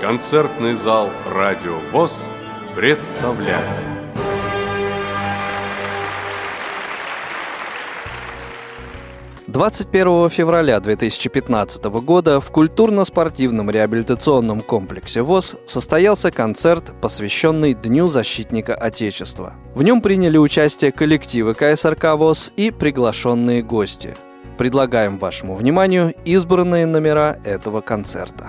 Концертный зал «Радио ВОС» представляет. «21 февраля 2015 года в культурно-спортивном реабилитационном комплексе ВОС состоялся концерт, посвященный Дню защитника Отечества. В нем приняли участие коллективы КСРК ВОС и приглашенные гости. Предлагаем вашему вниманию избранные номера этого концерта.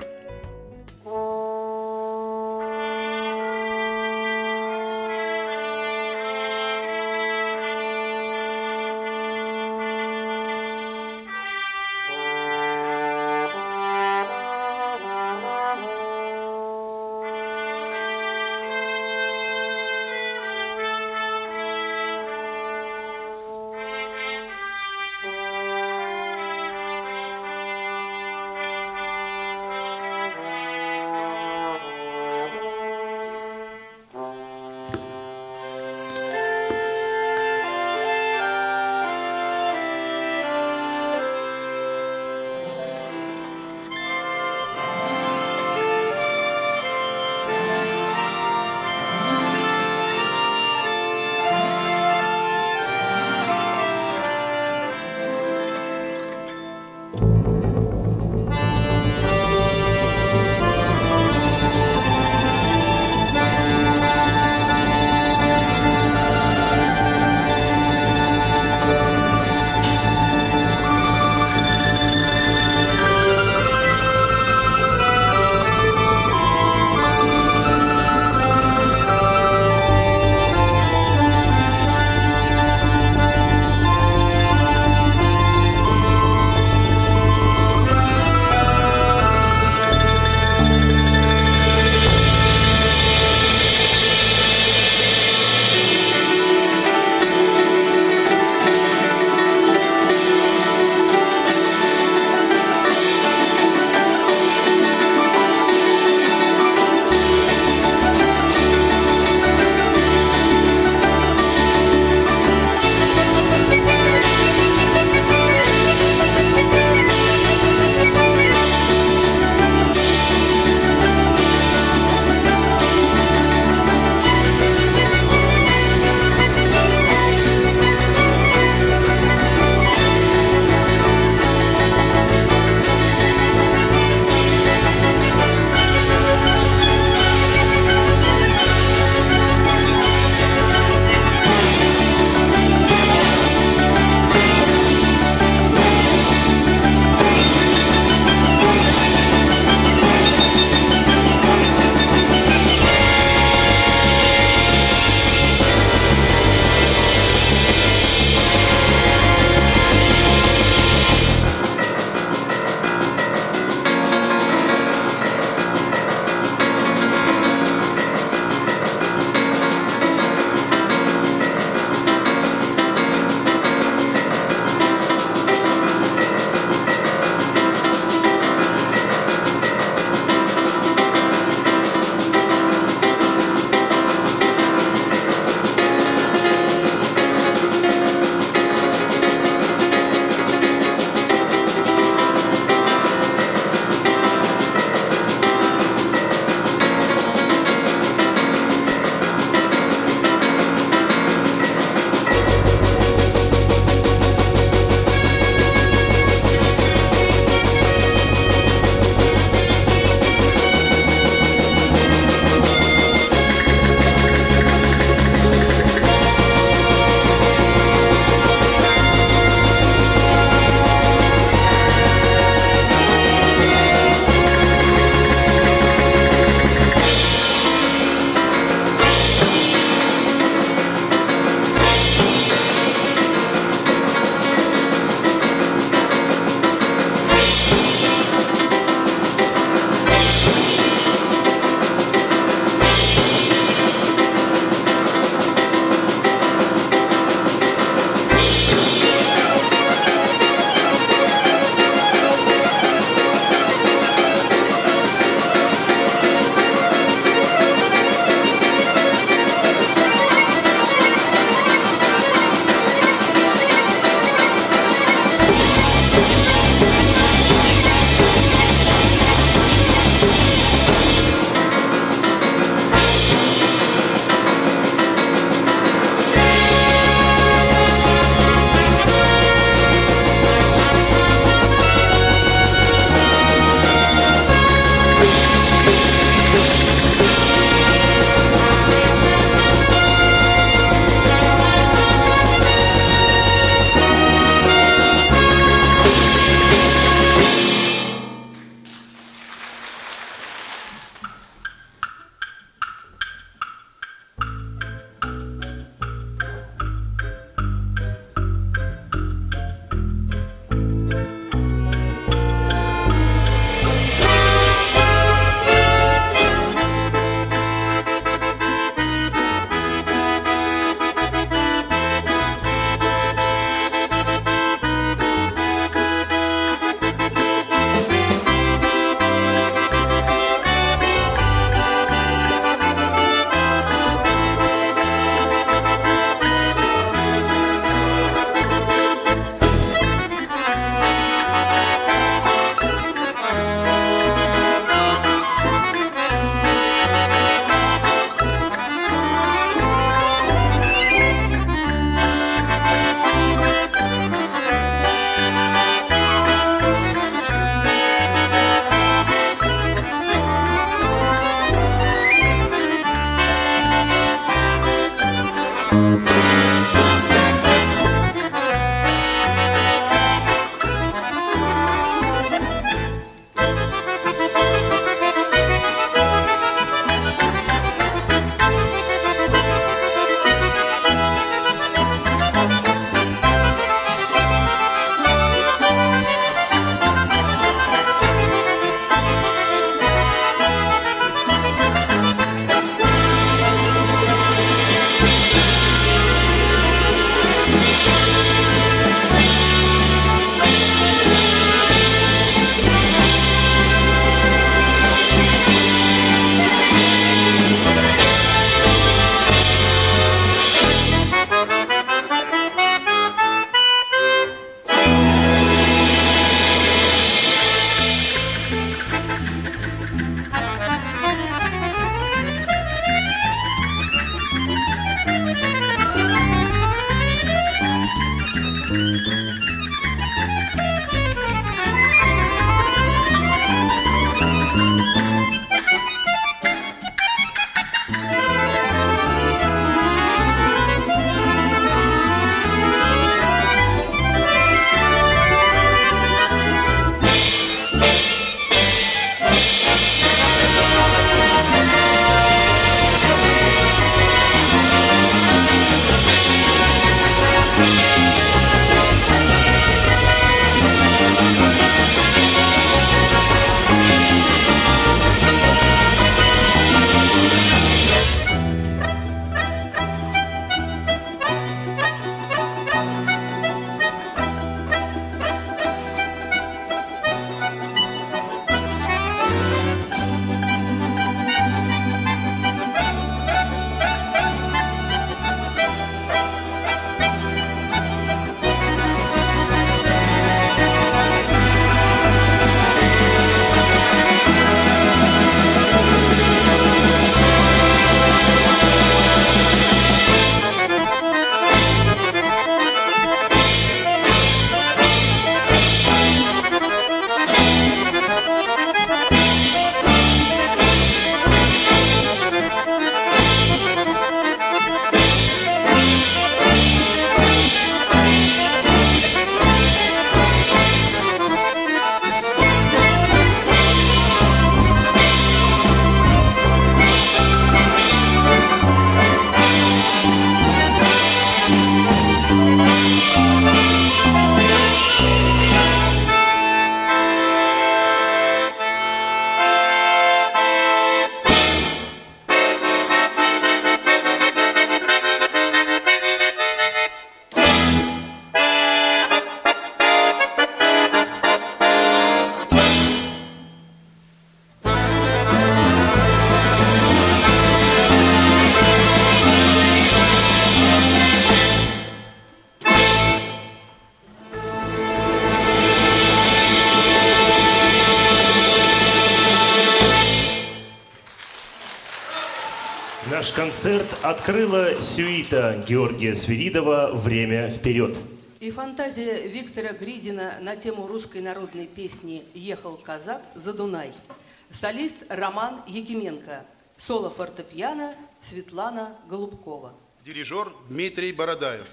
Наш концерт открыла сюита Георгия Свиридова «Время вперед». И фантазия Виктора Гридина на тему русской народной песни «Ехал казак за Дунай». Солист Роман Якименко. Соло фортепиано Светлана Голубкова. Дирижер Дмитрий Бородаев.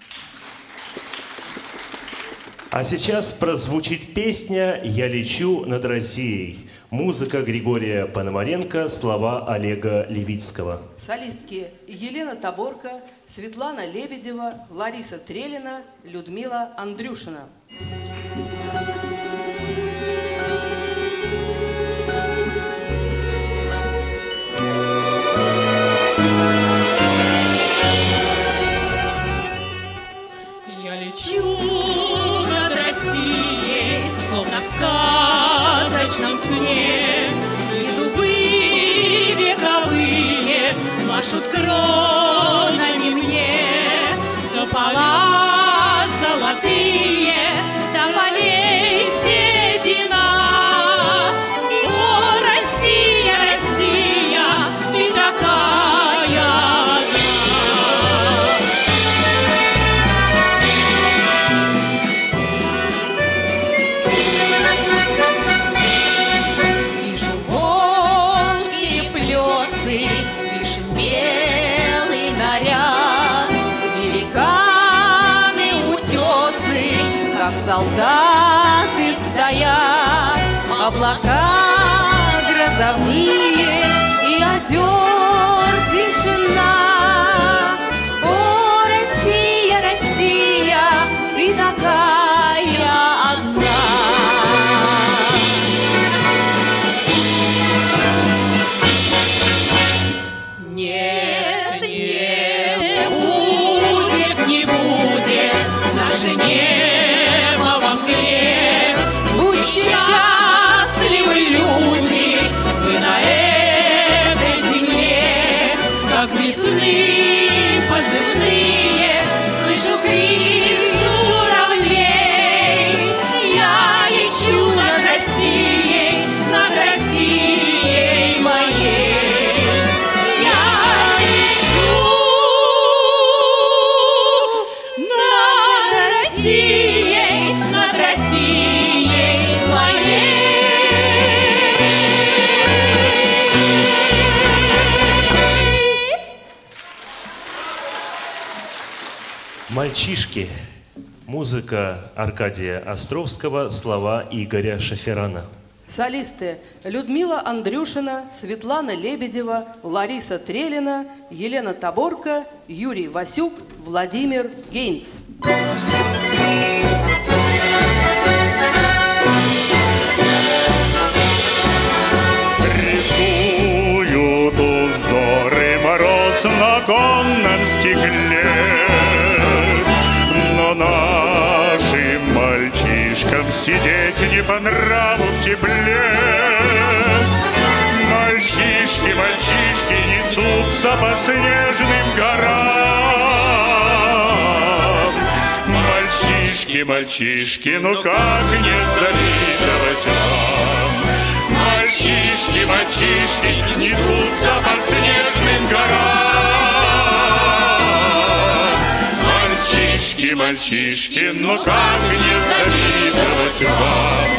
А сейчас прозвучит песня «Я лечу над Россией». Музыка Григория Пономаренко, слова Олега Левицкого. Солистки Елена Таборко, Светлана Лебедева, Лариса Трелина, Людмила Андрюшина. Я лечу над Россией, словно в сказочном сне, и дубы вековые машут кронами мне, тополя золотые, тополей седина. О, Россия, Россия, ты такая одна. Вижу волжские плесы, вишен белый наряд, великаны, утесы, как солдаты стоят, облака грозовые и озер тишина. О, Россия, Россия, ты такая одна. Нет, не будет наше небо во мгле. Будьте счастливы, люди, вы на этой земле, как весны позывные, слышу крик журавлей. Я лечу над Россией моей. Я лечу над Россией моей. «Мальчишки». Музыка Аркадия Островского, слова Игоря Шаферана. Солисты Людмила Андрюшина, Светлана Лебедева, Лариса Трелина, Елена Таборко, Юрий Васюк, Владимир Гейнц. Рисуют узоры мороз на конном стекле, но нашим мальчишкам сидеть не по нраву в тепле. Мальчишки, мальчишки несутся по снежным горам. Мальчишки, мальчишки, ну как не завидовать вам? Мальчишки, мальчишки несутся по снежным горам. Мальчишки, мальчишки, ну как не завидовать вам?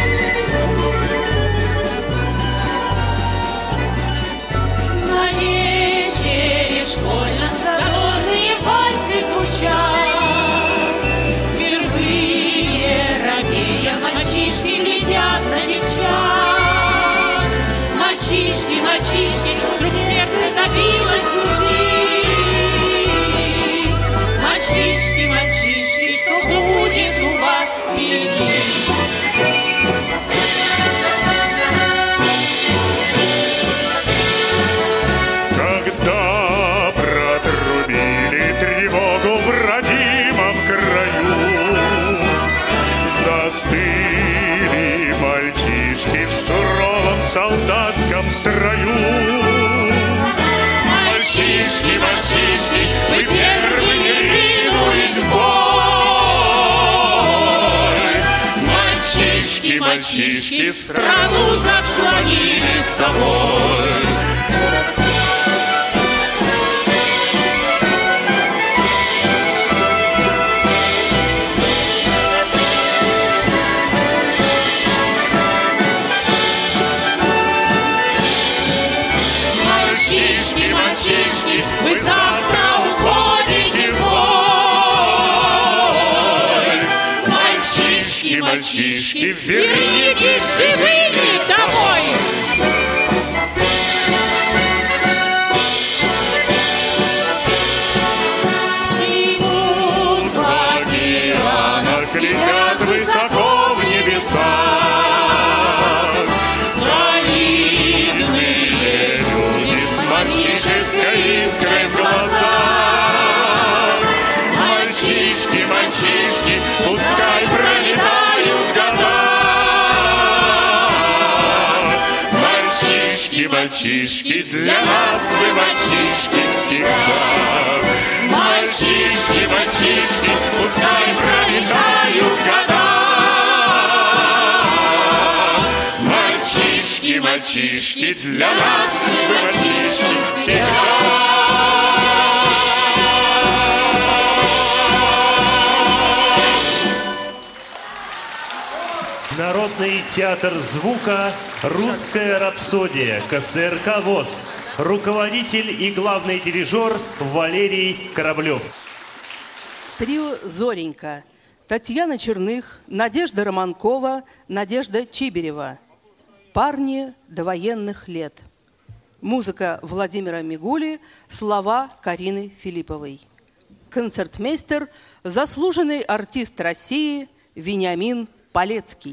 На вечере школьном задорные вальсы звучат. Впервые робея мальчишки глядят на девчат. Мальчишки, мальчишки, вдруг сердце забилось в груди. Мальчишки, мальчишки, что будет у вас впереди? Когда протрубили тревогу в родимом краю, застыли мальчишки в суровом солдатском строю. Мальчишки, мальчишки, вы первыми ринулись в бой. Мальчишки, мальчишки, страну заслонили собой. мальчишки, вернитесь живыми домой! Живут в океанах, летят высоко в небеса. Солидные люди с мальчишеской искрой в глазах. Мальчишки, мальчишки, пускай пролетают года. Мальчишки, мальчишки, для нас вы мальчишки всегда. Мальчишки, мальчишки, пускай пролетают года. Мальчишки, мальчишки, для нас вы мальчишки всегда. Народный театр звука «Русская рапсодия», КСРК ВОС. Руководитель и главный дирижер Валерий Кораблев. Трио «Зоренька». Татьяна Черных, Надежда Романкова, Надежда Чиберева. «Парни довоенных лет». Музыка Владимира Мигули, слова Карины Филипповой. Концертмейстер, заслуженный артист России Вениамин Полецкий.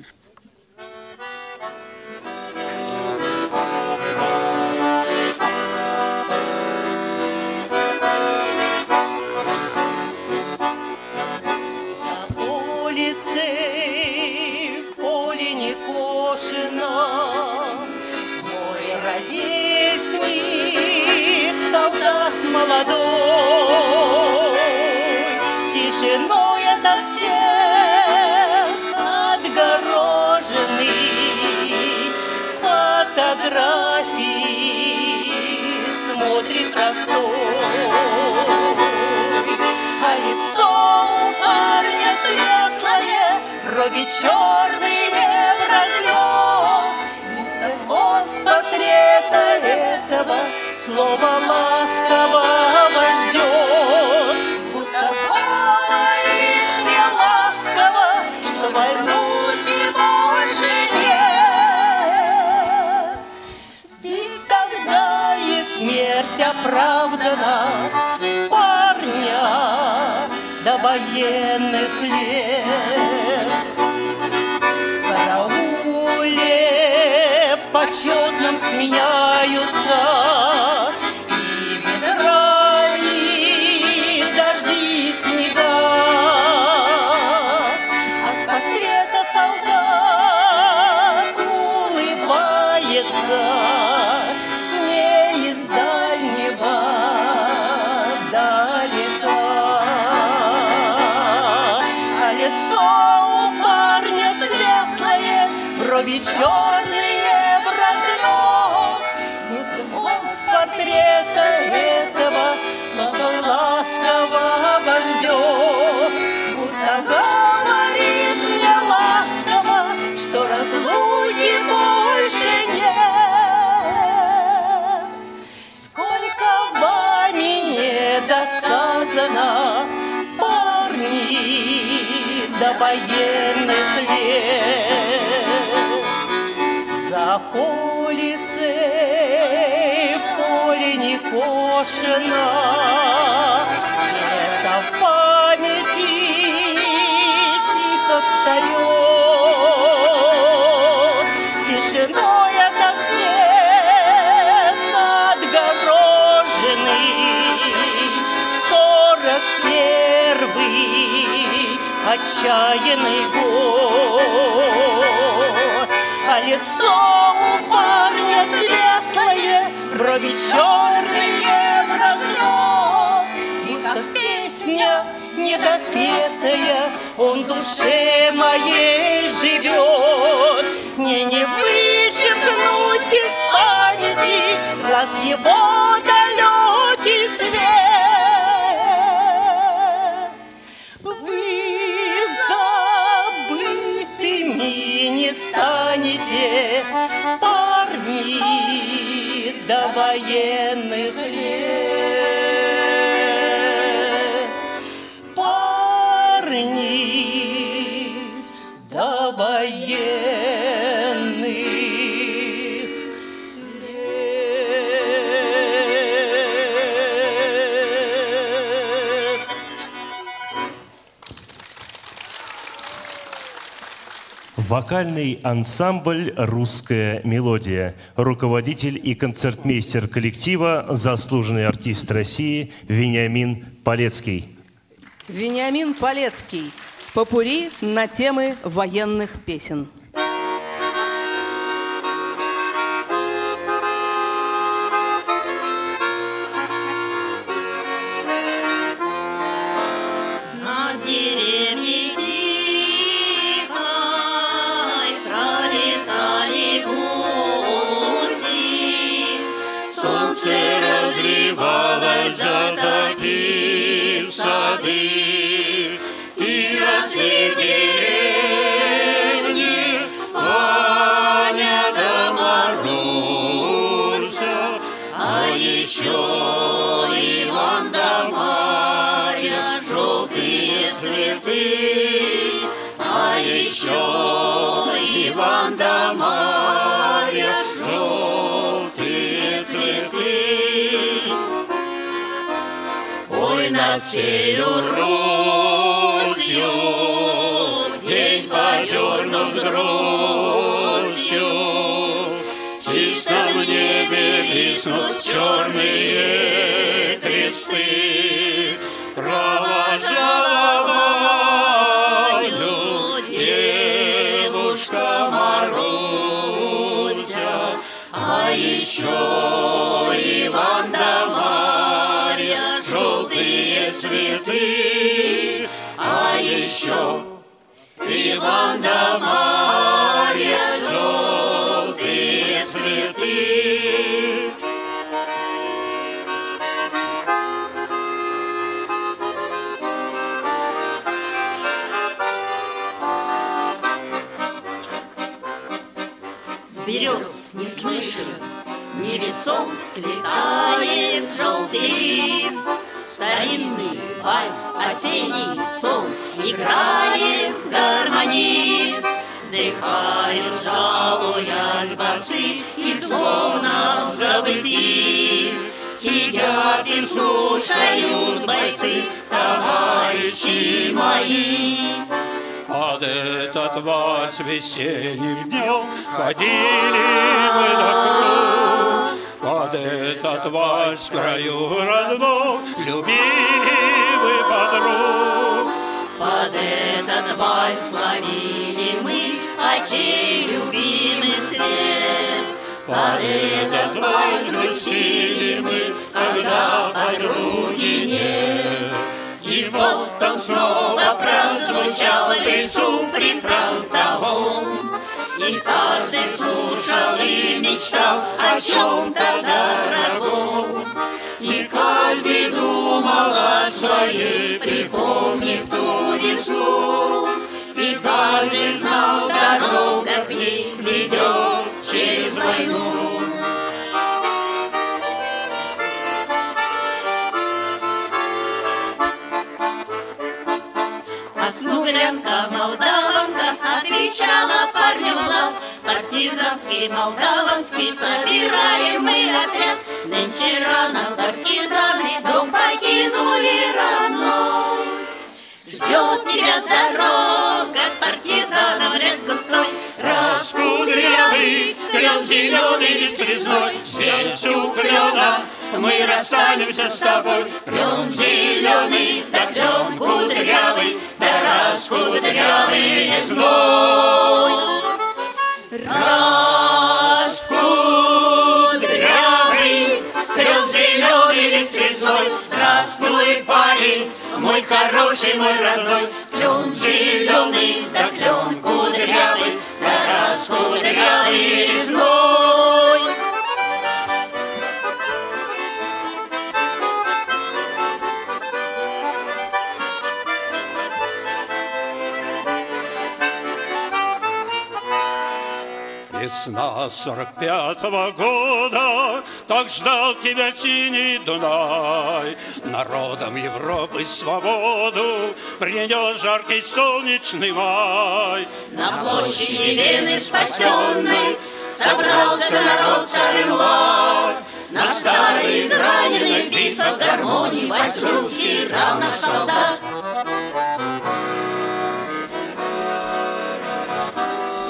Тишиной ото всех отгороженный, с фотографий смотрит простой, а лицо у парня светлое, брови черные в разлет, будто он с портрета этого слова ласкового ждет, будто говорит мне ласково, что возьмут и больше нет. Ведь тогда и смерть оправдана парня до военных лет. В карауле почетном сменяются черные в разлет, будто он с портрета этого слова ласкового ждет, будто говорит мне ласково, что разлуки больше нет. Сколько вами недосказано, парни до военных лет. За околицей поле не кошено, место в памяти тихо встает, с тишиной ото всех отгороженный 41-й отчаянный год. А лицо у парня светлое, брови черные в разлет, и как песня недопетая, он в душе моей живет. Мне не вычеркнуть из памяти глаз его далекий свет. Вы забытыми не станете, парни до военных лет, парни до военных лет. Вокальный ансамбль «Русская мелодия». Руководитель и концертмейстер коллектива, заслуженный артист России Вениамин Палецкий. Вениамин Палецкий. Попурри на темы военных песен. Затопив сады, и росли деревни, Ваня да Маруся, а еще Иван да Марья, желтые цветы, а еще Иван да Марья, желтые цветы. Ой, над сею Русью день подернут грустью, чисто в небе виснут черные кресты, провожала девушка Маруся, а еще Иван да Марья, желтые цветы, а еще Иван да Марья, желтые цветы. С берез не слышен, невесом слетает желтый лист. Старинный вальс, осенний сон играет гармонист. Вздыхают, жалуясь басы, и словно в забытии сидят и слушают бойцы, товарищи мои. Под этот вальс весенним днем ходили мы на круг, под этот вальс в краю родном любили мы подруг. Под этот вальс ловили мы очей любимый цвет, под этот вальс грустили мы, когда подруги нет. И вот он снова прозвучал в лесу прифронтовом, и каждый слушал и мечтал о чем-то дорогом. И каждый думал о своей, припомнив ту весну. И каждый знал, дорога к ней ведет через войну. Смуглянка, молдаванка отвечала парню в лад. Партизанский, молдаванский, собираем мы отряд. Нынче рано партизаны дом покинули родной. Ждет тебя дорога, партизанам лес густой. Раскудрявый, клен зеленый, лист резной. Здесь у клена мы расстанемся с тобой. Клен зеленый, да клен кудрявый, да раскудрявый лесной. Раскудрявый, клен зеленый, лист резной. Здравствуй, парень, мой хороший, мой родной. Клен зеленый, да клен кудрявый, да раскудрявый лесной. Весна 45-го года, так ждал тебя синий Дунай. Народам Европы свободу принес жаркий солнечный май. На площади Вены спасенной собрался народ старый млад. На старой израненной битве в гармонии вальс русский играл наш солдат.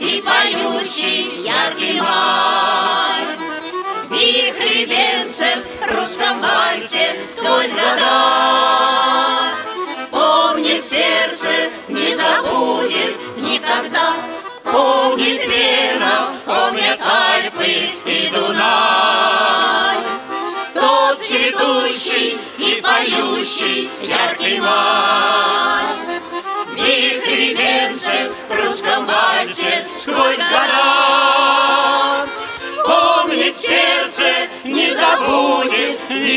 и поющий яркий май. Вихри венцем в русском вальсе сквозь года. Помнит сердце, не забудет никогда. Помнит Вена, помнят Альпы и Дунай. Тот цветущий и поющий яркий май. Вихри венцем в русском вальсе сквозь года. Помнит сердце, не забудет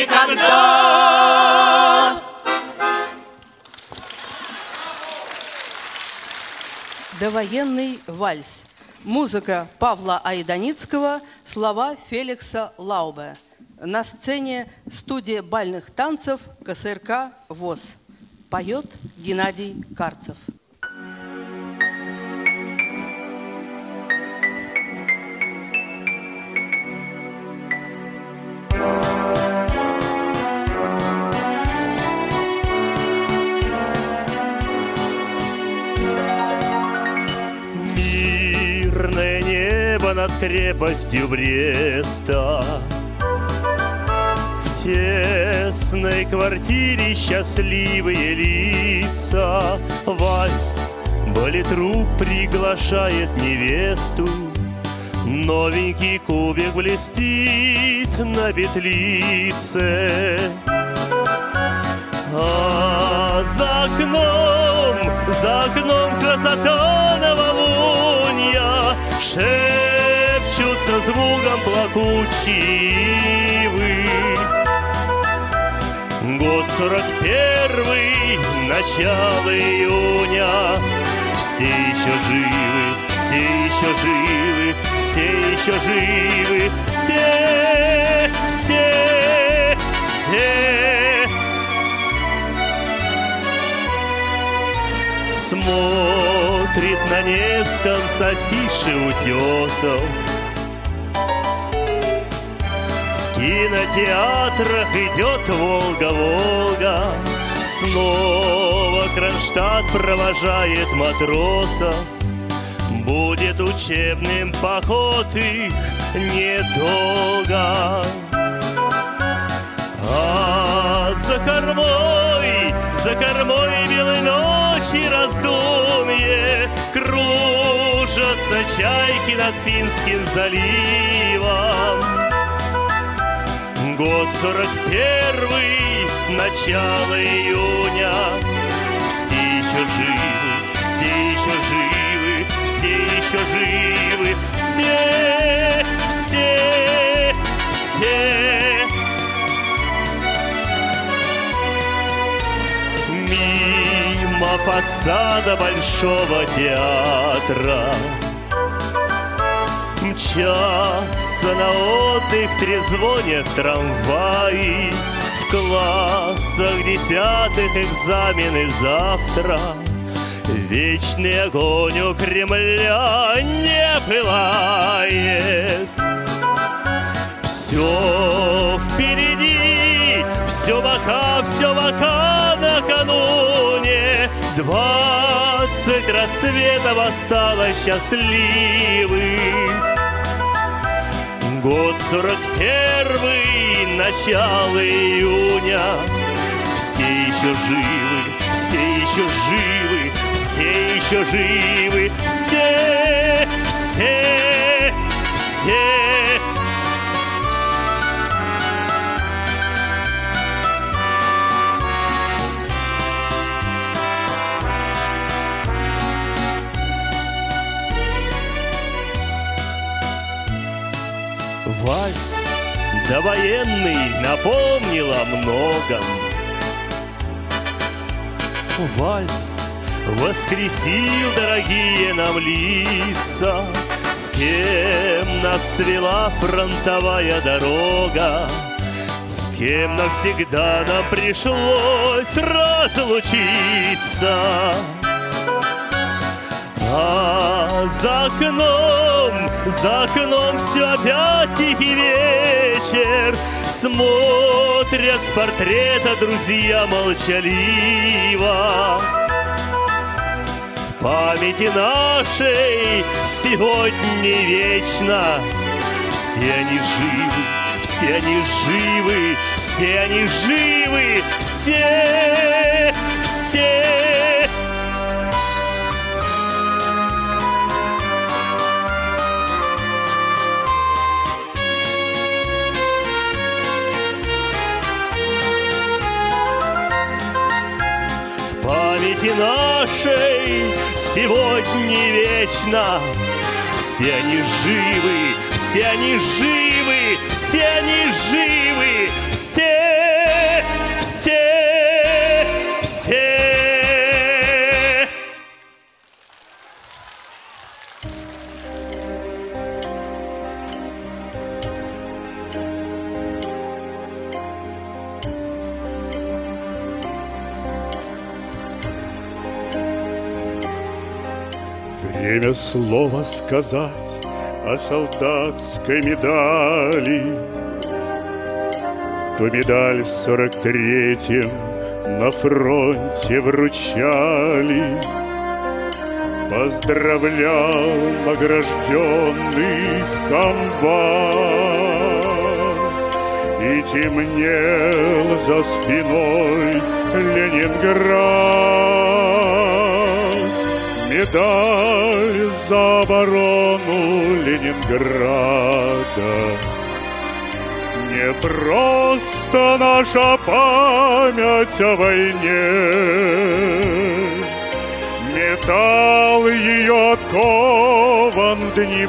никогда. Довоенный вальс. Музыка Павла Айданицкого, слова Феликса Лаубе. На сцене студия бальных танцев КСРК ВОС. Поет Геннадий Карцев. Мирное небо над крепостью Бреста. В тесной квартире счастливые лица. Вальс, политрук приглашает невесту. Новенький кубик блестит на петлице. А за окном красота новолунья. Шепчутся звуком плакучие ивы. Год 41-й, начало июня. Все еще живы, все еще живы, все еще живы, все. Смотрит на Невском с афиши утесов. В кинотеатрах идет «Волга-Волга». Снова Кронштадт провожает матросов. Будет учебным поход их недолго. А за кормой белой ночи раздумье. Кружатся чайки над Финским заливом. Год 41-й, начало июня. Все еще живы, все еще живы, все еще живы, все. Мимо фасада Большого театра мчатся на отдых, трезвонят трамваи. В классах 10-х экзамены завтра. Вечный огонь у Кремля не пылает. Все впереди, все бока накануне. 20 рассветов осталось счастливых. Год 41-й, начало июня. Все еще живы, все еще живы, все еще живы, все. Вальс довоенный напомнил о многом. Вальс воскресил дорогие нам лица. С кем нас свела фронтовая дорога, с кем навсегда нам пришлось разлучиться. А за окном все опять тихий вечер. Смотрят с портрета друзья молчаливо. В памяти нашей сегодня и вечно. Все они живы, все они живы, все они живы, все, все. В памяти нашей сегодня и вечно. Все они живы, все они живы, все они живы, все, все, все. Время слова сказать о солдатской медали. Ту медаль в 43-м на фронте вручали. Поздравлял награжденных комбат, и темнел за спиной Ленинград. Медаль за оборону Ленинграда. Не просто наша память о войне, металл ее откован в дни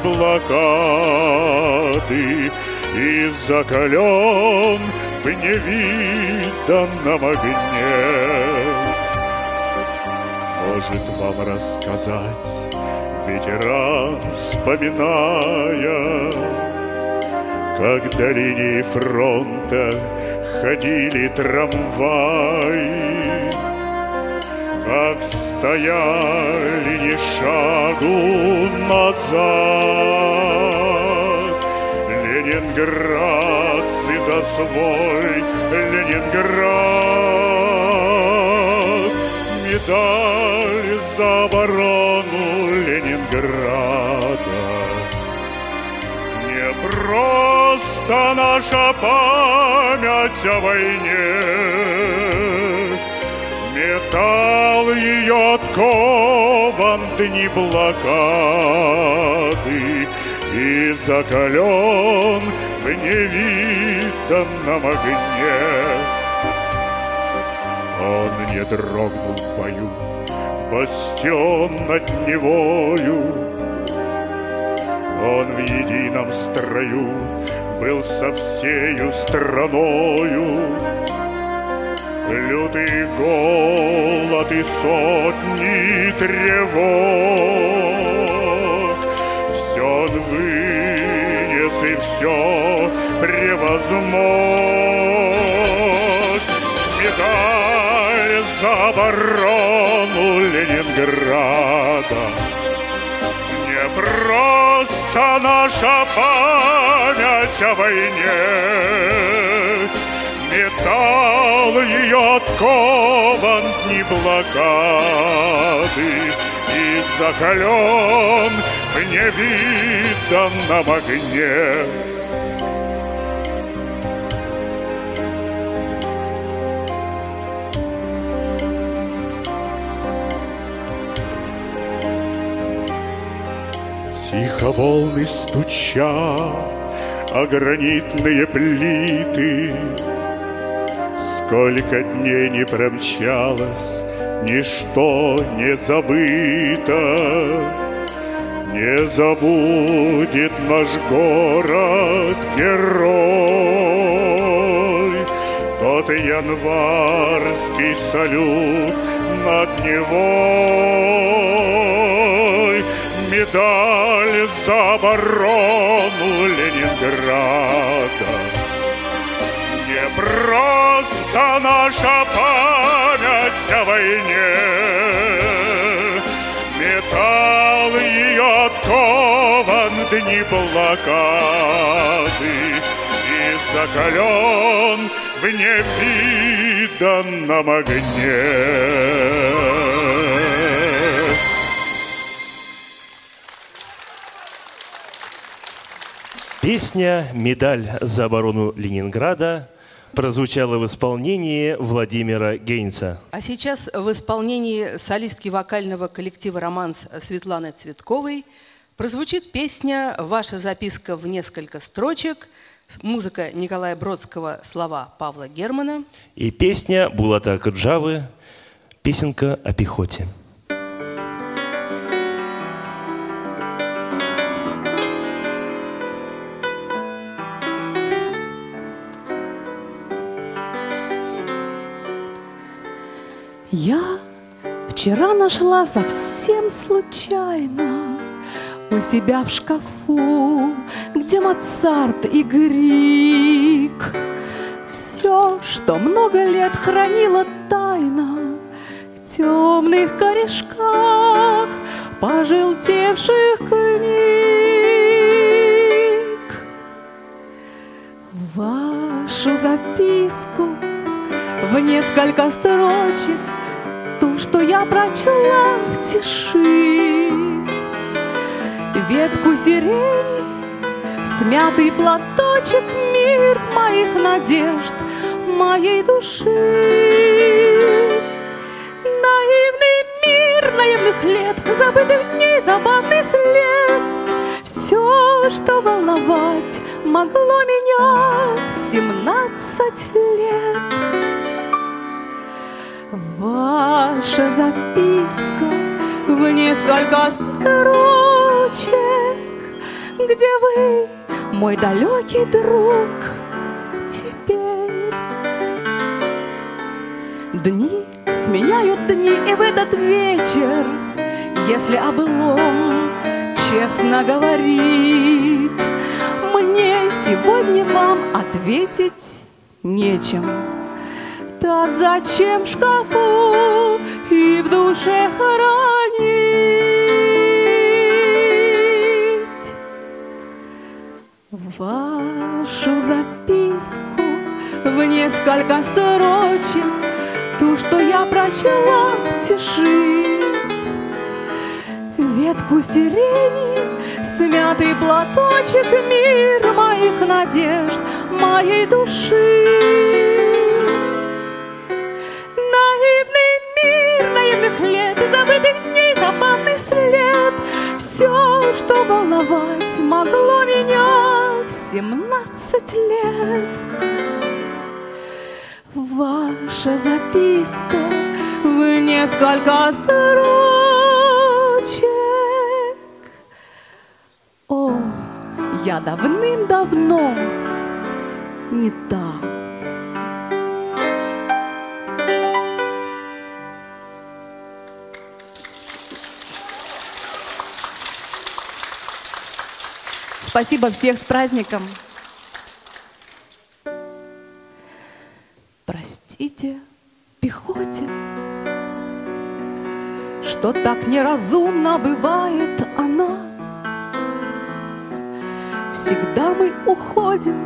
блокады и закален в невиданном огне. Может вам рассказать ветеран, вспоминая, как до линии фронта ходили трамваи, как стояли ни шагу назад ленинградцы за свой Ленинград. Медаль за оборону Ленинграда. Не просто наша память о войне, металл ее откован в дни блокады и закален в невиданном огне. Он не дрогнул в бою, бастион над Невою. Он в едином строю был со всею страною. Лютый голод и сотни тревог, все он вынес и все превозмог. Медаль за оборону Ленинграда. Не просто наша память о войне, металл ее откован в дни блокады и закален в невиданном огне. Тихо волны стучат о гранитные плиты. Сколько дней не промчалось, ничто не забыто. Не забудет наш город герой тот январский салют над Невой. Медаль за оборону Ленинграда. Не просто наша память о войне, металл ее откован в дни блокады и закален в невиданном огне. Песня «Медаль за оборону Ленинграда» прозвучала в исполнении Владимира Гейнса. А сейчас в исполнении солистки вокального коллектива «Романс» Светланы Цветковой прозвучит песня «Ваша записка в несколько строчек», музыка Николая Бродского, слова Павла Германа. И песня Булата Акаджавы «Песенка о пехоте». Я вчера нашла совсем случайно у себя в шкафу, где Моцарт и Грик. Все, что много лет хранила тайно в темных корешках пожелтевших книг. Вашу записку в несколько строчек, ту, что я прочла в тиши, ветку сирени, смятый платочек, мир моих надежд, моей души. Наивный мир наивных лет, забытых дней, забавный след. Все, что волновать могло меня в 17 лет. Ваша записка в несколько строчек, где вы, мой далекий друг, теперь. Дни сменяют дни, и в этот вечер, если облом честно говорит, мне сегодня вам ответить нечем. Так зачем в шкафу и в душе хранить вашу записку в несколько строчек, ту, что я прочла в тиши, ветку сирени, смятый платочек, мир моих надежд, моей души. Наивных лет, забытых дней, забавный след. Все, что волновать могло меня в 17 лет. Ваша записка в несколько строчек. О, я давным-давно не та. Спасибо, всех с праздником. Простите пехоте, что так неразумно бывает она. Всегда мы уходим,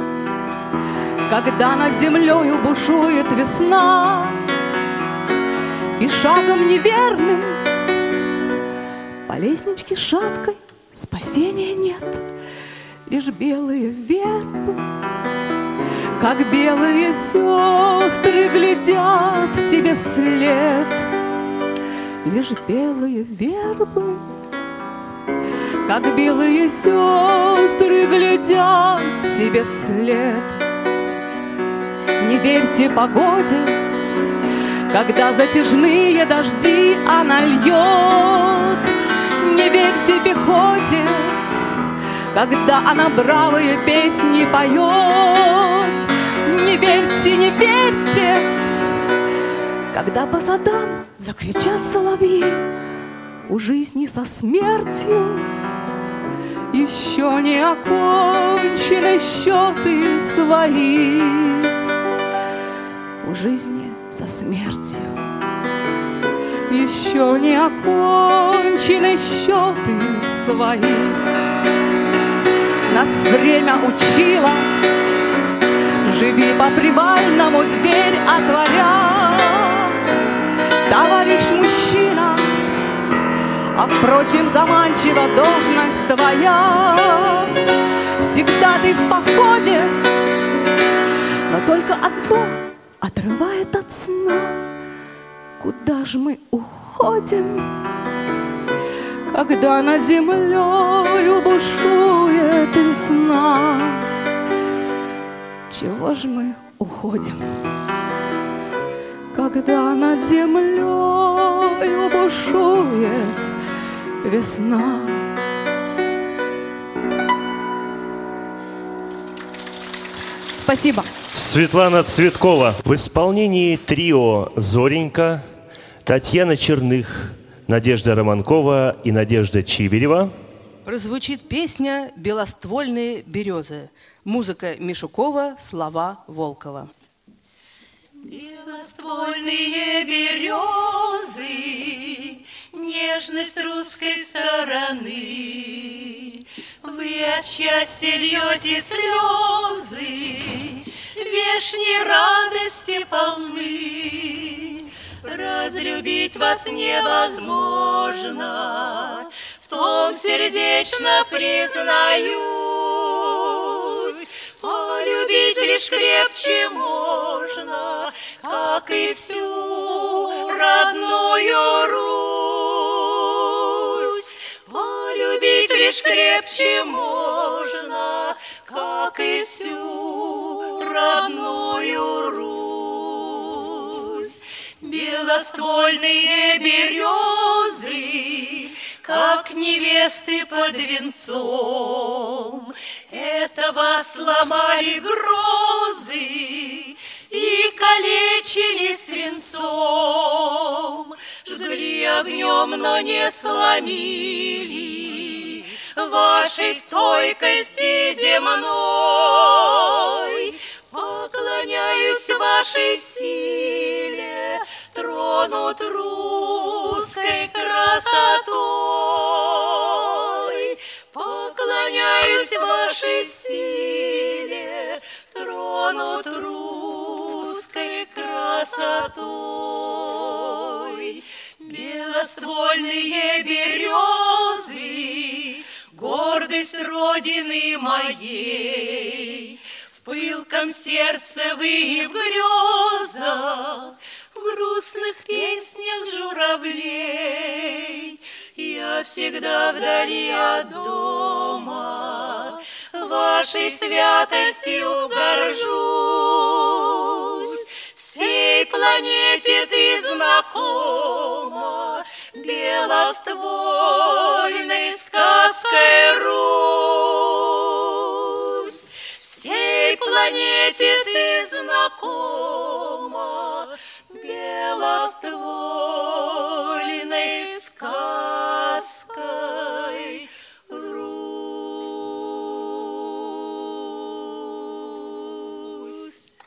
когда над землею бушует весна, и шагом неверным по лестничке шаткой спасения нет. Лишь белые вербы, как белые сестры, глядят тебе вслед. Лишь белые вербы, как белые сестры, глядят тебе вслед. Не верьте погоде, когда затяжные дожди она льет. Не верьте пехоте, когда она бравые песни поет. Не верьте, не верьте, когда по садам закричат соловьи. У жизни со смертью еще не окончены счеты свои. У жизни со смертью еще не окончены счеты свои. Нас время учило, живи по привальному, дверь отворя. Товарищ мужчина, а впрочем заманчива должность твоя. В всегда ты в походе, но только одно отрывает от сна. Куда ж мы уходим, когда над землею бушует весна? Чего ж мы уходим, когда над землею бушует весна? Спасибо. Светлана Цветкова в исполнении трио «Зоренька», Татьяна Черных, Надежда Романкова и Надежда Чиберева. Прозвучит песня «Белоствольные березы». Музыка Мишукова, слова Волкова. Белоствольные березы, нежность русской стороны, вы от счастья льете слезы, вешней радости полны. Разлюбить вас невозможно, в том сердечно признаюсь. Полюбить лишь крепче можно, как и всю родную Русь. Полюбить лишь крепче можно, как и всю родную Русь. Белоствольные березы, как невесты под венцом, это вас сломали грозы и калечили свинцом. Жгли огнем, но не сломили вашей стойкости земной. Поклоняюсь вашей силе, тронут русской красотой. Поклоняюсь вашей силе, тронут русской красотой. Белоствольные березы, гордость Родины моей, в пылком сердце вы в грезах, в грустных песнях журавлей. Я всегда вдали от дома, вашей святостью горжусь. Всей планете ты знакома, белоствольной сказкой Русь. Всей планете ты знакома, белоствольной сказкой Русь.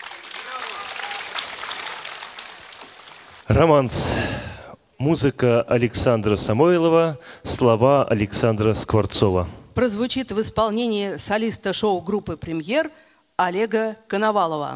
Романс. Музыка Александра Самойлова, слова Александра Скворцова. Прозвучит в исполнении солиста шоу-группы «Премьер» Олега Коновалова.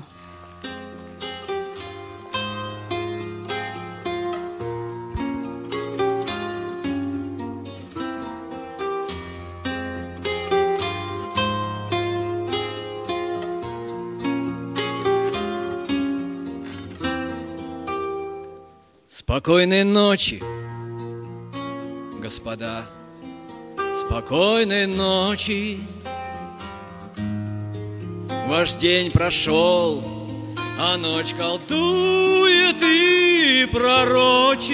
Спокойной ночи, господа, спокойной ночи. Ваш день прошел, а ночь колдует и пророчит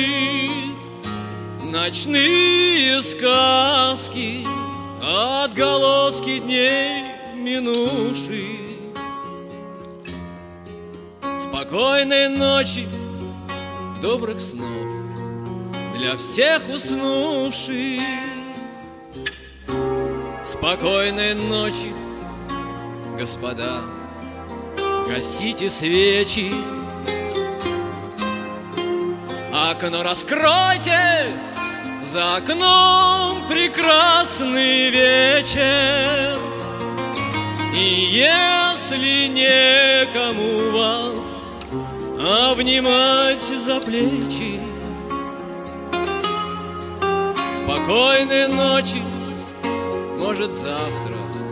ночные сказки, отголоски дней минувших. Спокойной ночи, добрых снов для всех уснувших. Спокойной ночи, господа, гасите свечи, окно раскройте, за окном прекрасный вечер. И если некому вас обнимать за плечи, спокойной ночи, может завтра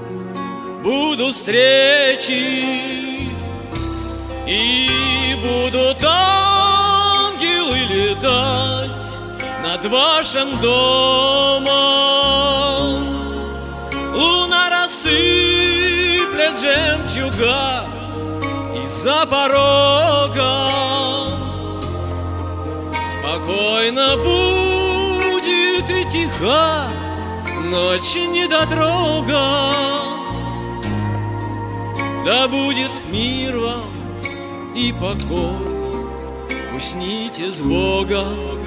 будут встречи, и будут ангелы летать над вашим домом. Луна рассыплет жемчуга из-за порога. Спокойно будет и тиха ночь недотрога. Да будет мир вам и покой, усните с Богом.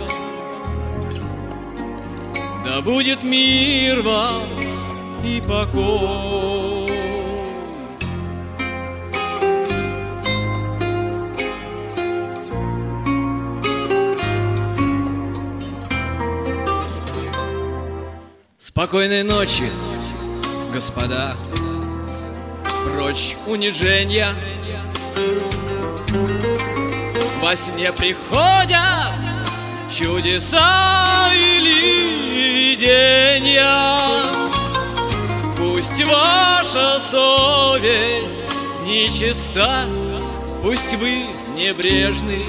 Да будет мир вам и покой. Спокойной ночи, господа, прочь унижения. Во сне приходят чудеса или видения. Пусть ваша совесть нечиста, пусть вы небрежны,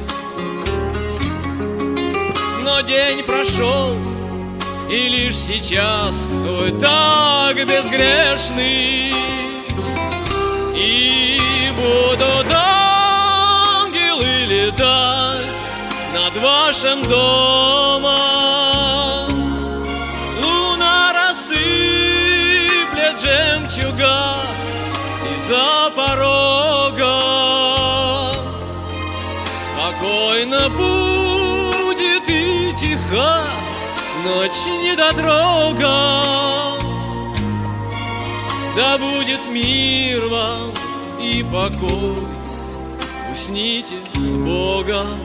но день прошел, и лишь сейчас вы так безгрешны. И будут ангелы летать над вашим домом. Луна рассыплет жемчуга из-за порога. Спокойно будет и тиха ночь недотрога. Да будет мир вам и покой, усните с Богом.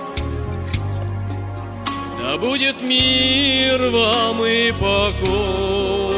Да будет мир вам и покой.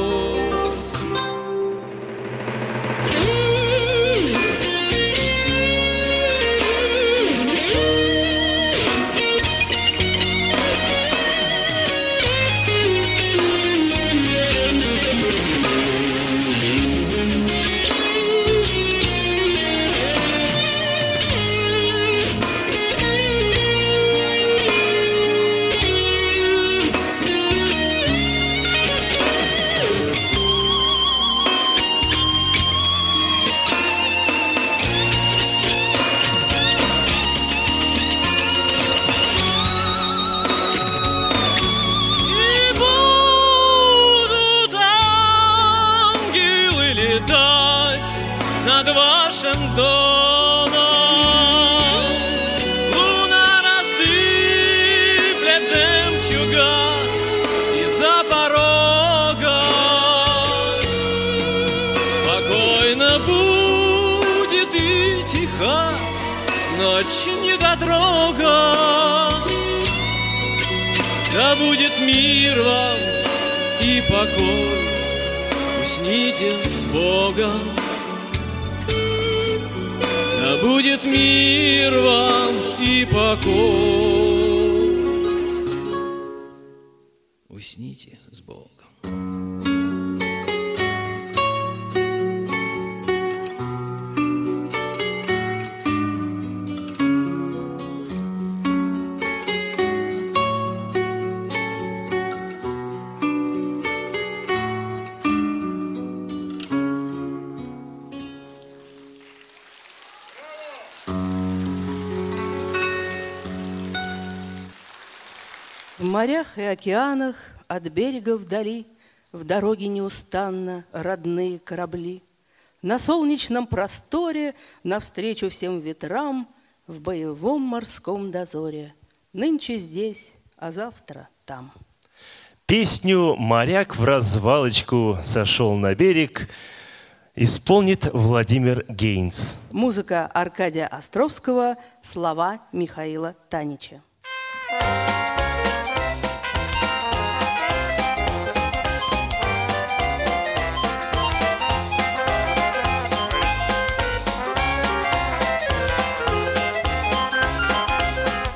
Над вашим домом луна рассыплет жемчуга из-за порога. Спокойно будет и тиха ночь недотрога. Да будет мир вам и покой, усните с Богом. Да будет мир вам и покой, усните с Богом. В морях и океанах, от берега вдали, в дороге неустанно родные корабли. На солнечном просторе, навстречу всем ветрам, в боевом морском дозоре. Нынче здесь, а завтра там. Песню «Моряк в развалочку сошел на берег» исполнит Владимир Гейнс. Музыка Аркадия Островского, слова Михаила Танича.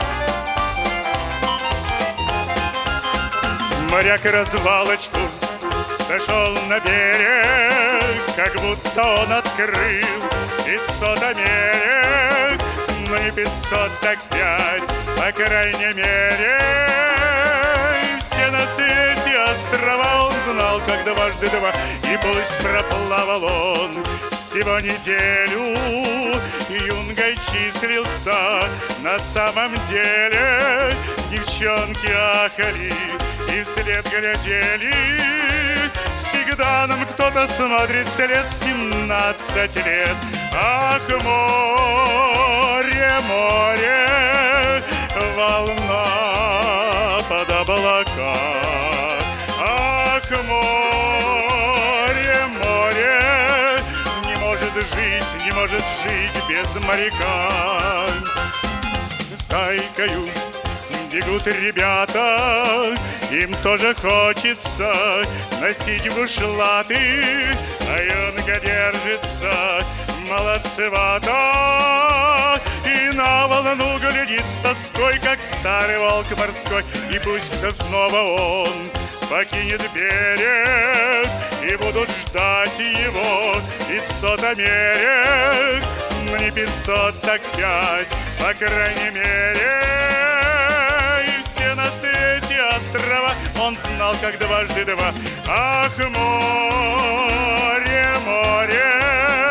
Моряк и развалочку Сошел на берег, как будто он открыл 500 Америк, но не 500, так 5, по крайней мере. И все на свете острова он знал, как дважды два, и пусть проплавал он всего неделю, юнгой числился. На самом деле девчонки ахали и вслед глядели. Всегда нам кто-то смотрит вслед в 17 лет. Ах, море, море, волна под облака. Ах, море, море, не может жить без моряка. Стайкою бегут ребята, им тоже хочется носить бушлаты, а юнга держится молодцевато и на волну глядит с тоской, как старый волк морской. И пусть снова он покинет берег, и будут ждать его 500 Америк, но не 500, так 5, по крайней мере. На свете острова он знал, как дважды два. Ах, море, море,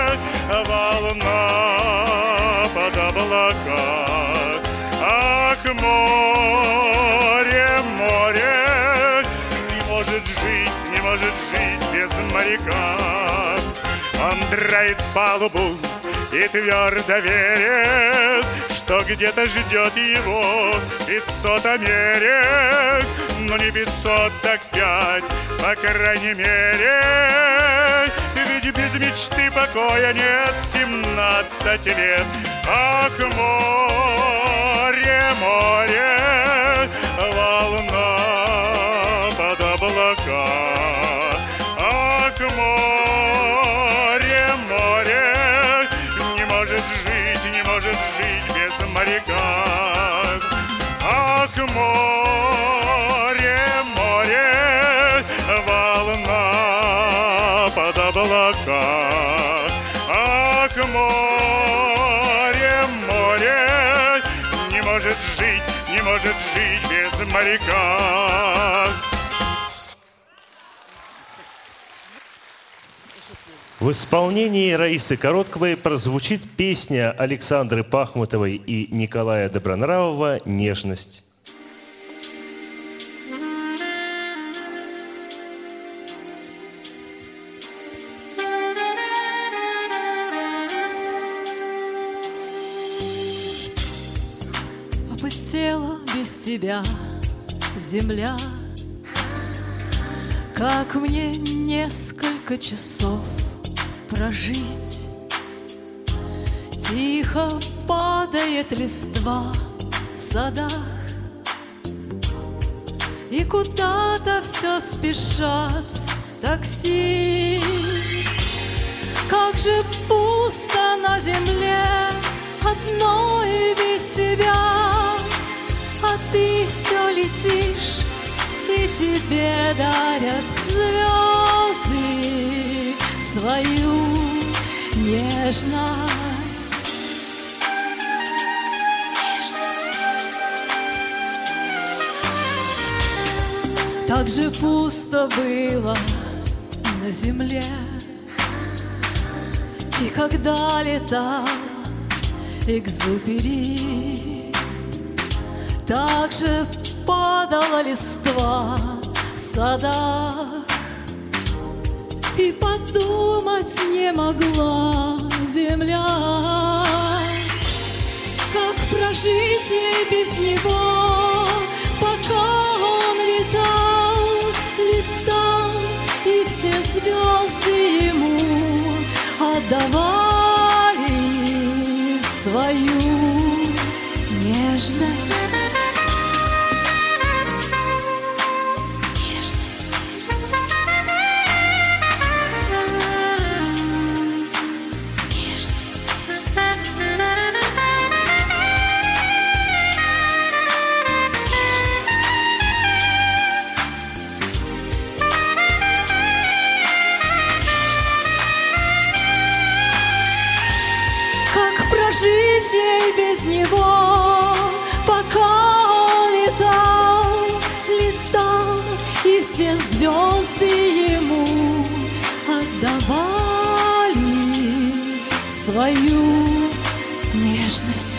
волна под облака. Ах, море, море, не может жить без моряка. Он драит палубу и твердо верит, что где-то ждет его 500 Америк, но не 500, так 5, по крайней мере. Ведь без мечты покоя нет 17 лет. Ах, море, море, волна под облака. Ах, море, море, не может жить без моряка. Ах, море, море, волна под облака. Ах, море, море, не может жить без моряка. В исполнении Раисы Коротковой прозвучит песня Александры Пахмутовой и Николая Добронравова «Нежность». Опустела без тебя земля, как мне несколько часов прожить. Тихо падает листва в садах, и куда-то все спешат такси. Как же пусто на земле одной без тебя, а ты все летишь, и тебе дарят звезды свою нежность. Так же пусто было на земле, и когда летал Экзюпери, так же падала листва в садах, и подумать не могла земля, как прожить ей без него, пока он летал, летал, и все звезды ему отдавали свою нежность. лететь без него, пока он летал, и все звезды ему отдавали свою нежность.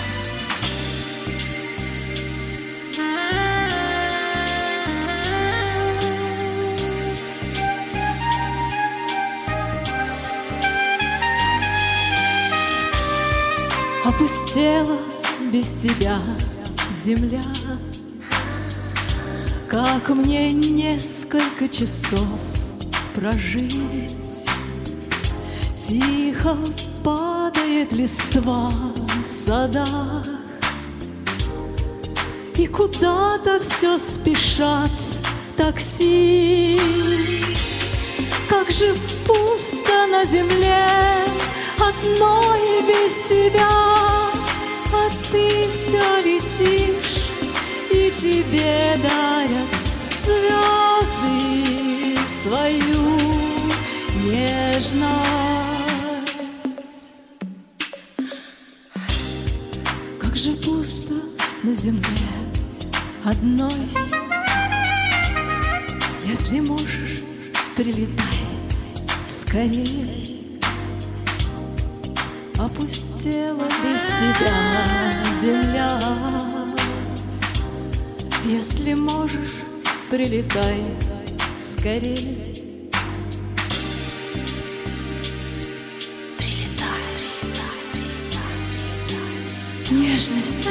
Опустела без тебя земля, как мне несколько часов прожить? Тихо падает листва в садах, и куда-то все спешат такси. Как же пусто на земле одной без тебя, а ты все летишь, и тебе дарят звезды свою нежность. Как же пусто на земле одной, если можешь, прилетай скорей. Опустела без тебя земля, если можешь, прилетай скорей. Прилетай, прилетай, прилетай, прилетай. Нежность.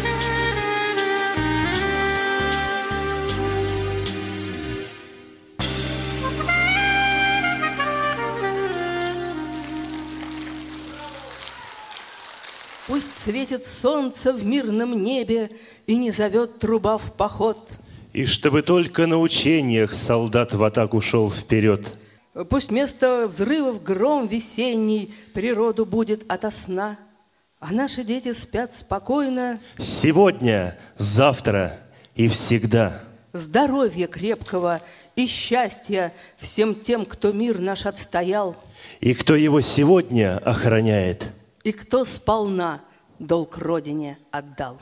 Пусть светит солнце в мирном небе и не зовет труба в поход. И чтобы только на учениях солдат в атаку шел вперед. Пусть вместо взрывов гром весенний природу будет ото сна, а наши дети спят спокойно. Сегодня, завтра и всегда. Здоровья крепкого и счастья всем тем, кто мир наш отстоял. И кто его сегодня охраняет. И кто сполна долг Родине отдал.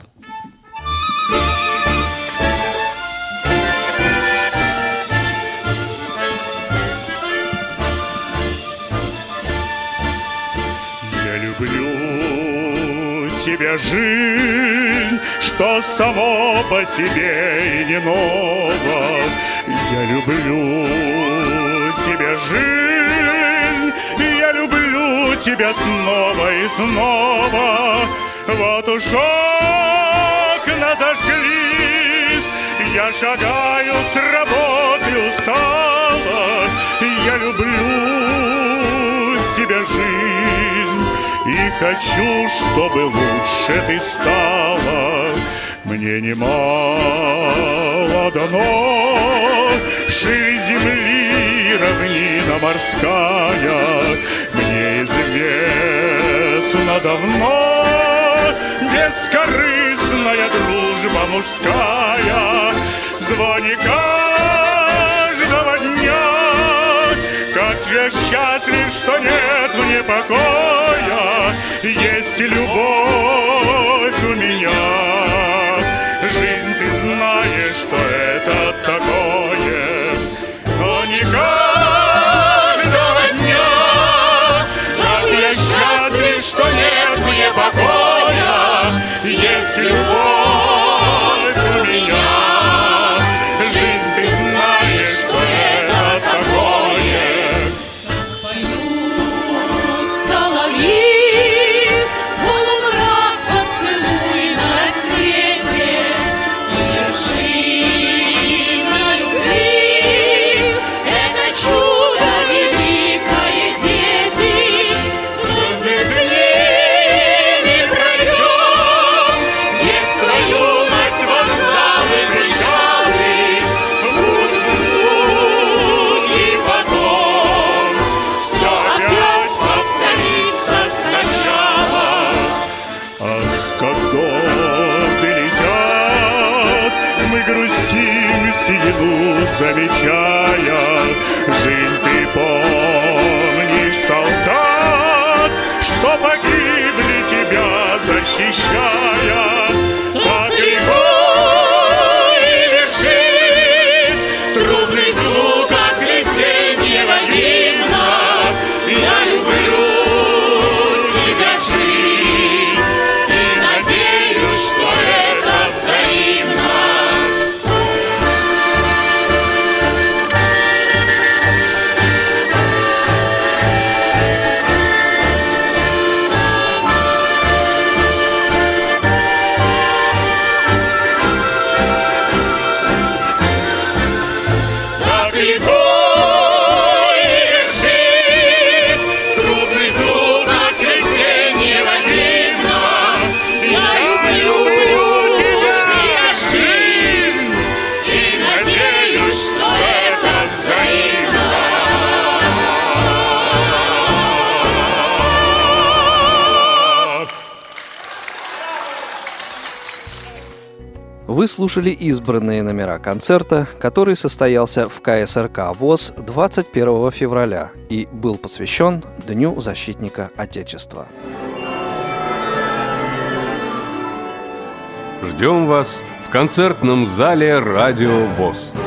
Я люблю тебя, жизнь, что само по себе и не ново. Я люблю тебя, жизнь, и я люблю тебя снова и снова. Вот уж окна зажглись, я шагаю с работы устала. Я люблю тебя, жизнь, и хочу, чтобы лучше ты стала. Мне немало дано шире земли, равнина морская. Мне известно давно бескорыстная дружба мужская. В звоне каждого дня, как я счастлив, что нет мне покоя. Есть любовь у меня. Жизнь, ты знаешь, что это такое. Но не каждого дня, как я счастлив, что нет мне покоя. Есть любовь у меня. Жизнь, ты знаешь, что это такое. Поют соловьи, полумрак поцелуй на рассвете, вершина любви, это чудо великое, дети. Вновь мы с ними пройдем детство, юность, вокзалы, причалы, и потом все опять повторится сначала. Ах, как годы летят, мы грустим седину замечая. Жизнь, ты помнишь, солдат, что погибли тебя Вы слушали избранные номера концерта, который состоялся в КСРК ВОС 21 февраля и был посвящен Дню защитника Отечества. Ждем вас в концертном зале «Радио ВОС».